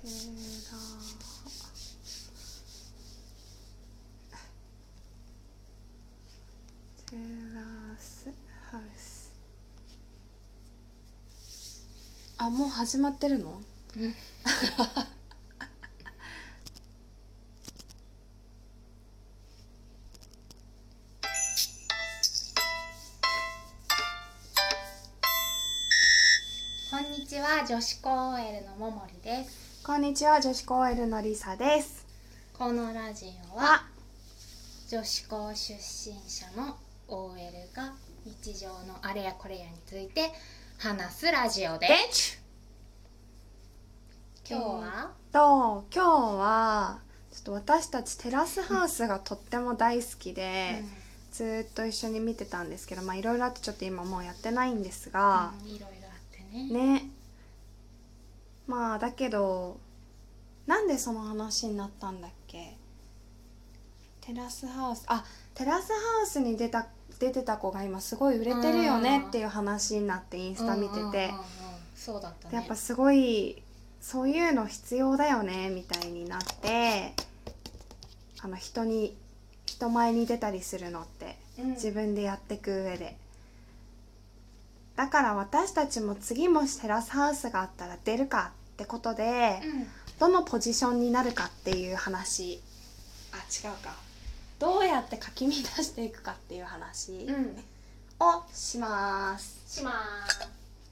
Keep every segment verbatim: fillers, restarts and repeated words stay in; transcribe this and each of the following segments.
テラスハウス。あ、もう始まってるの？うんこんにちは、女子高 オーエル のももりです。 こんにちは、女子高 オーエル のりさです。 このラジオは女子高出身者の オーエル が日常のあれやこれやについて話すラジオです。今日は、 えー、と今日はちょっと私たちテラスハウスがとっても大好きで、うん、ずっと一緒に見てたんですけど、まあいろいろあってちょっと今もうやってないんですが、 うん、いろいろあってね。 ね。まあだけどなんでその話になったんだっけ？テラスハウス、あ、テラスハウスに出た出てた子が今すごい売れてるよねっていう話になってインスタ見てて、うんうんうんうん、 そうだったね。 やっぱすごいそういうの必要だよねみたいになって、あの人に人前に出たりするのって、うん、自分でやっていく上で、だから私たちも次もしテラスハウスがあったら出るかってことで、うん、どのポジションになるかっていう話、あ、違うか、どうやってかき乱していくかっていう話、うん、をしますします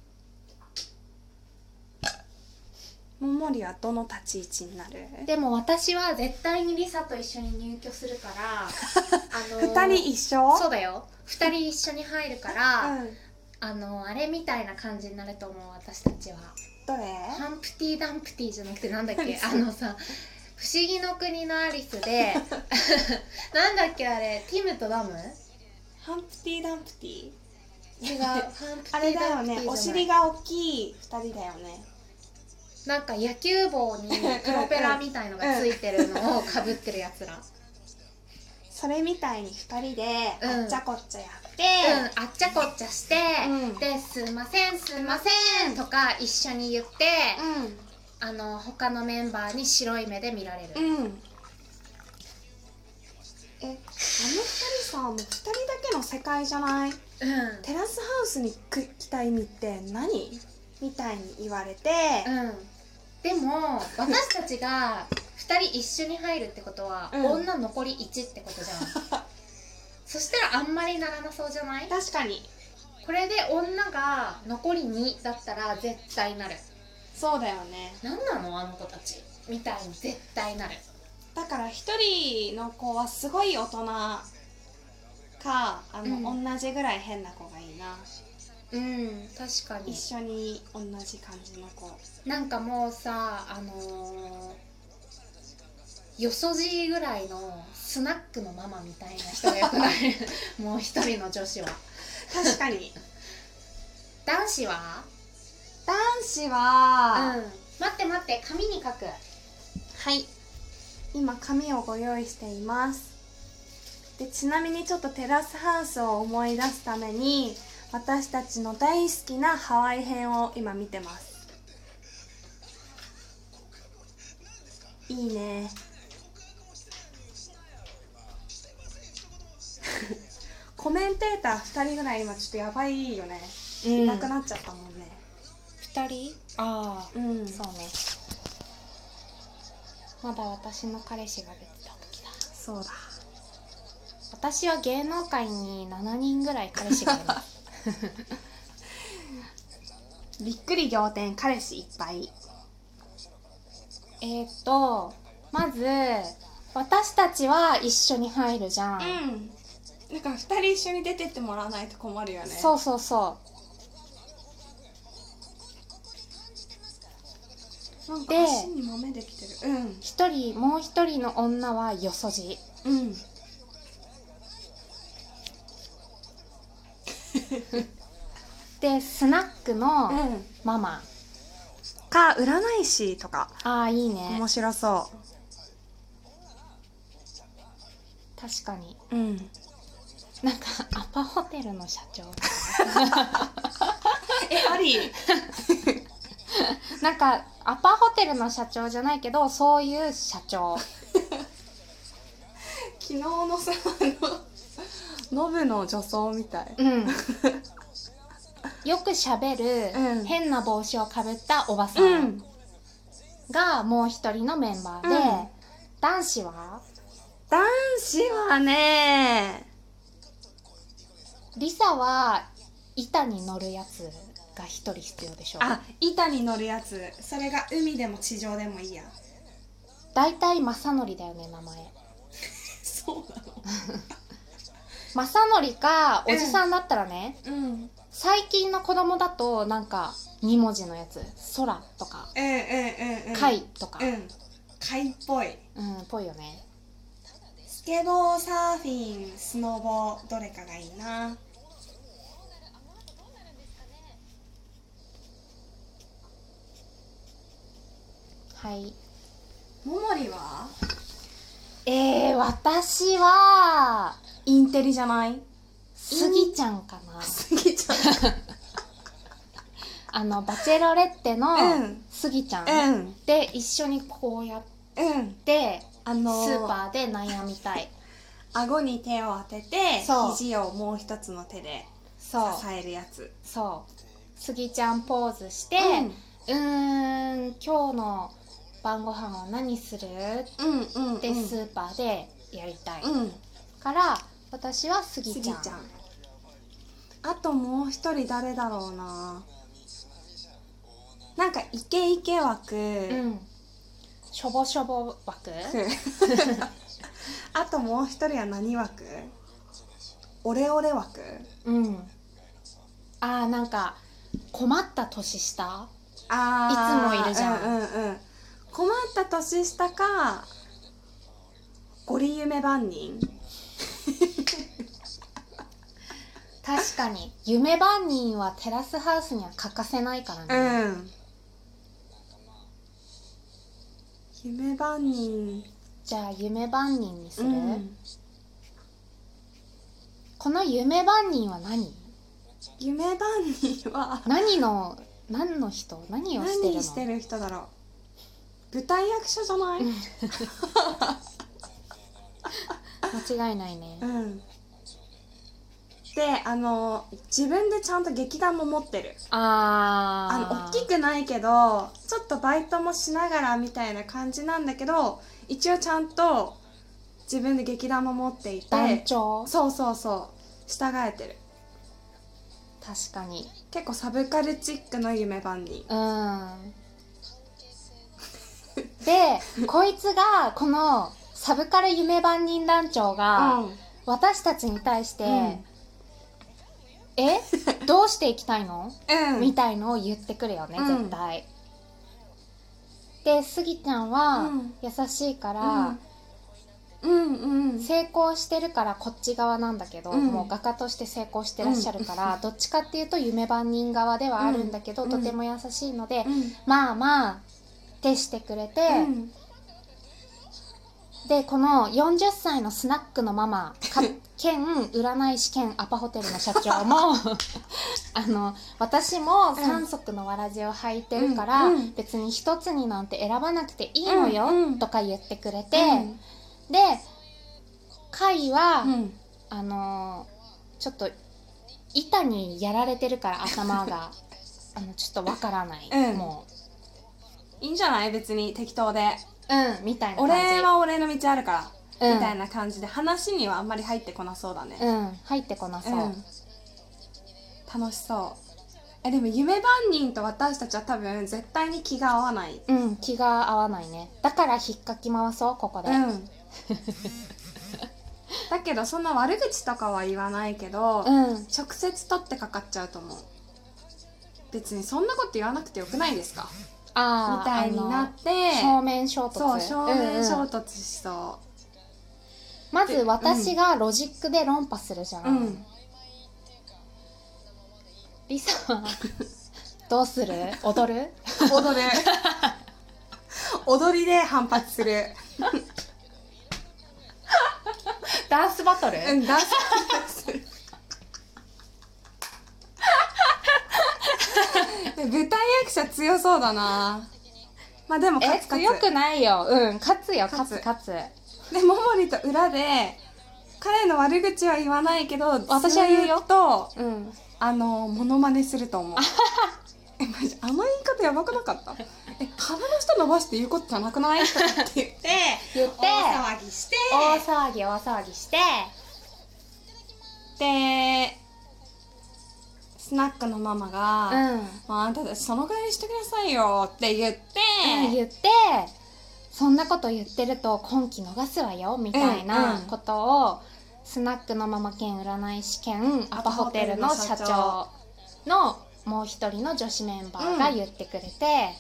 ももりはどの立ち位置になる？ でも私は絶対にリサと一緒に入居するからあのー、 ふたり一緒？ そうだよ、ふたり一緒に入るから、うん、あのー、あれみたいな感じになると思う、私たちは。 どれ？ ハンプティ・ダンプティじゃなくてなんだっけあのさ、不思議の国のアリスでなんだっけあれ、ティムとダム？ ハンプティ・ダンプティ？ 違うハンプティ・ダンプティあれだよね、お尻が大きいふたりだよね。 なんか野球帽にプロペラみたいのがついてるのをかぶってるやつらそれみたいにふたりであっちゃこっちゃやって、 うん、あっちゃこっちゃして、うん、で、すいませんすいませんとか一緒に言って、うん、あの他のメンバーに白い目で見られる、うん、え、あのふたりさ、もうふたりだけの世界じゃない？うん、テラスハウスに来た意味って何？みたいに言われて、 うんでも私たちがふたり一緒に入るってことは、うん、女残りいちってことじゃんそしたらあんまりならなそうじゃない？ 確かに。 これで女が残りにだったら絶対なる。 そうだよね。 なんなのあの子たちみたいに絶対なる。 だから一人の子はすごい大人か、あの、うん、同じぐらい変な子がいいな。 うん、確かに一緒に同じ感じの子。 なんかもうさ、あのー、よそじぐらいのスナックのママみたいな人がよくないもう一人の女子は。 確かに男子は男子は、 うん、待って待って、紙に書く。 はい、今紙をご用意しています。で、ちなみにちょっとテラスハウスを思い出すために私たちの大好きなハワイ編を今見てます。いいねコメンテーターふたりぐらい今ちょっとやばいよね、うん、いなくなっちゃったもんね。 ふたり？ああ、うん、そうね。まだ私の彼氏が出てた時だ。 そうだ。 私は芸能界にしちにんぐらい彼氏がいるびっくり仰天、彼氏いっぱい。 えーっとまず私たちは一緒に入るじゃん。うん。 なんかふたり一緒に出てってもらわないと困るよね。 そうそうそうなんか足に豆できてる。うん。 一人もう一人の女はよそじ。うんで、スナックのママ、 うん、か占い師とか。 ああ、いいね、 面白そう。 確かに。 うん。 なんかアパホテルの社長え、ありなんかアパホテルの社長じゃないけどそういう社長昨日のさあのノブの女装みたい。 うんよくしゃべる、 うん変な帽子をかぶったおばさうんんがもう一人のメンバーで、 うん男子は男子はねリサは板に乗るやつが一人必要でしょ。 あ板に乗るやつ、それが海でも地上でもいいや。 大体正則だよね名前。 そうなの正則かおじさんだったらね、 うん最近の子供だとなんかに文字のやつ空とかうんうんうんうん貝とかうん貝っぽい。 うんぽいよね。 スケボー、サーフィン、スノボどれかがいいな。 はい。 ももりはえー、私はインテリじゃない？ スギちゃんかな。 スギちゃんあのバチェロレッテのうんスギちゃん、 うんで一緒にこうやっうんてあのー、 スーパーで悩みたい。 顎に手を当ててそう肘をもう一つの手で支そうえるやつ。 そうスギちゃんポーズして、うーん今日の晩ご飯は何するうんうんうんってスーパーでやりたい、 うんから私はスギスちゃん。 ギちゃん。あともう一人誰だろうな。なんかイケイケ枠、 うんしょぼしょぼ枠あともう一人は何枠？オレオレ枠？ うんあーなんか困った年下あーいつもいるじゃんうんうんうん、困った年下かゴリ夢番人確かに夢番人はテラスハウスには欠かせないからね、 うん夢番人。 じゃあ夢番人にする、 うんこの夢番人は何夢番人は何の何の人何をしてるの何してる人だろう。舞台役者じゃない？ 間違いないね、 うんで、あの自分でちゃんと劇団も持ってる。ああの大きくないけどちょっとバイトもしながらみたいな感じなんだけど、一応ちゃんと自分で劇団も持っていて、 団長。 そうそうそう従えてる。 確かに結構サブカルチックの夢番人。 うんでこいつがこのサブカル夢番人団長が、 うん私たちに対して、 うんえどうしていきたいの、 うんみたいのを言ってくるよね、 うん絶対。でスギちゃんはうん優しいから、 うんうん成功してるからこっち側なんだけど、 うんもう画家として成功してらっしゃるから、どっちかっていうと夢番人側ではあるんだけど、 うんとても優しいので、 うんまあまあ徹してくれて、 うんでこのよんじゅっさいのスナックのママか兼占い師兼アパホテルの社長もあの私もさん足のわらじを履いてるから、 うんうん、 別に一つになんて選ばなくていいのよ、 うんうん、 とか言ってくれて、 うん、 でカイは、 うん、 あのちょっと板にやられてるから頭があのちょっとわからない、 うん、 もういいんじゃない別に適当で、 うんみたいな感じ。 俺は俺の道あるから、 うん、 みたいな感じで話にはあんまり入ってこなそうだね。 うん入ってこなそう、 うん、楽しそう。えでも夢番人と私たちは多分絶対に気が合わない。 うん気が合わないね。だから引っかき回そうここで、 うんだけどそんな悪口とかは言わないけど、 うん、 直接取ってかかっちゃうと思う。別にそんなこと言わなくてよくないですかあみたいになって正面衝突。 そう正面衝うんうん、 突しそまず私がロジックで論破するじゃん、 う。うんリサはどうする？踊る？ 踊る踊りで反発するダンスバトル？ うんダンスする舞台役者強そうだな。 まあでもえ勝つ勝つ強くないよ。うん勝つよ、勝勝つつ勝つ。 でももりと裏で彼の悪口は言わないけど、 私は言うよずーっとうんあのモノマネすると思うえマジあの言い方やばくなかったえ鼻の下伸ばして言うことじゃなくないとかって言って言って大騒ぎして大騒ぎ大騒ぎしてでスナックのママがうん、 「まあ、あんたたちそのぐらいにしてくださいよ」って言って、 うん、言ってそんなこと言ってると今期逃すわよみたいなことを、スナックのママ兼占い師兼アパホテルの社長のもう一人の女子メンバーが言ってくれて、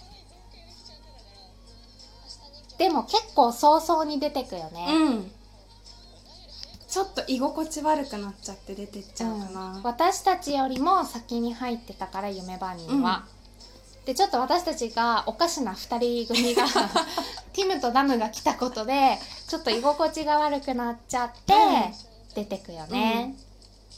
でも結構早々に出てくよね、 うんちょっと居心地悪くなっちゃって出てっちゃうかな、 うん、私たちよりも先に入ってたから夢バニーは、うん、でちょっと私たちがおかしなふたり組がティムとダムが来たことでちょっと居心地が悪くなっちゃって、うん、出てくよね、うん、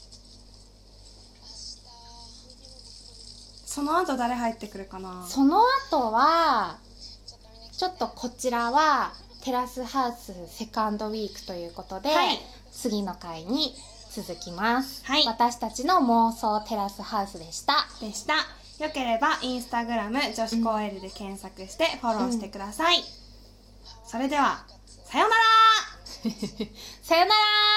その後誰入ってくるかな。 その後はちょっとこちらはテラスハウスセカンドウィークということで、はい、次の回に続きます、はい、私たちの妄想テラスハウスでしたでしたよければインスタグラム女子高 L で検索してフォローしてください、うん、それではさようならさようなら。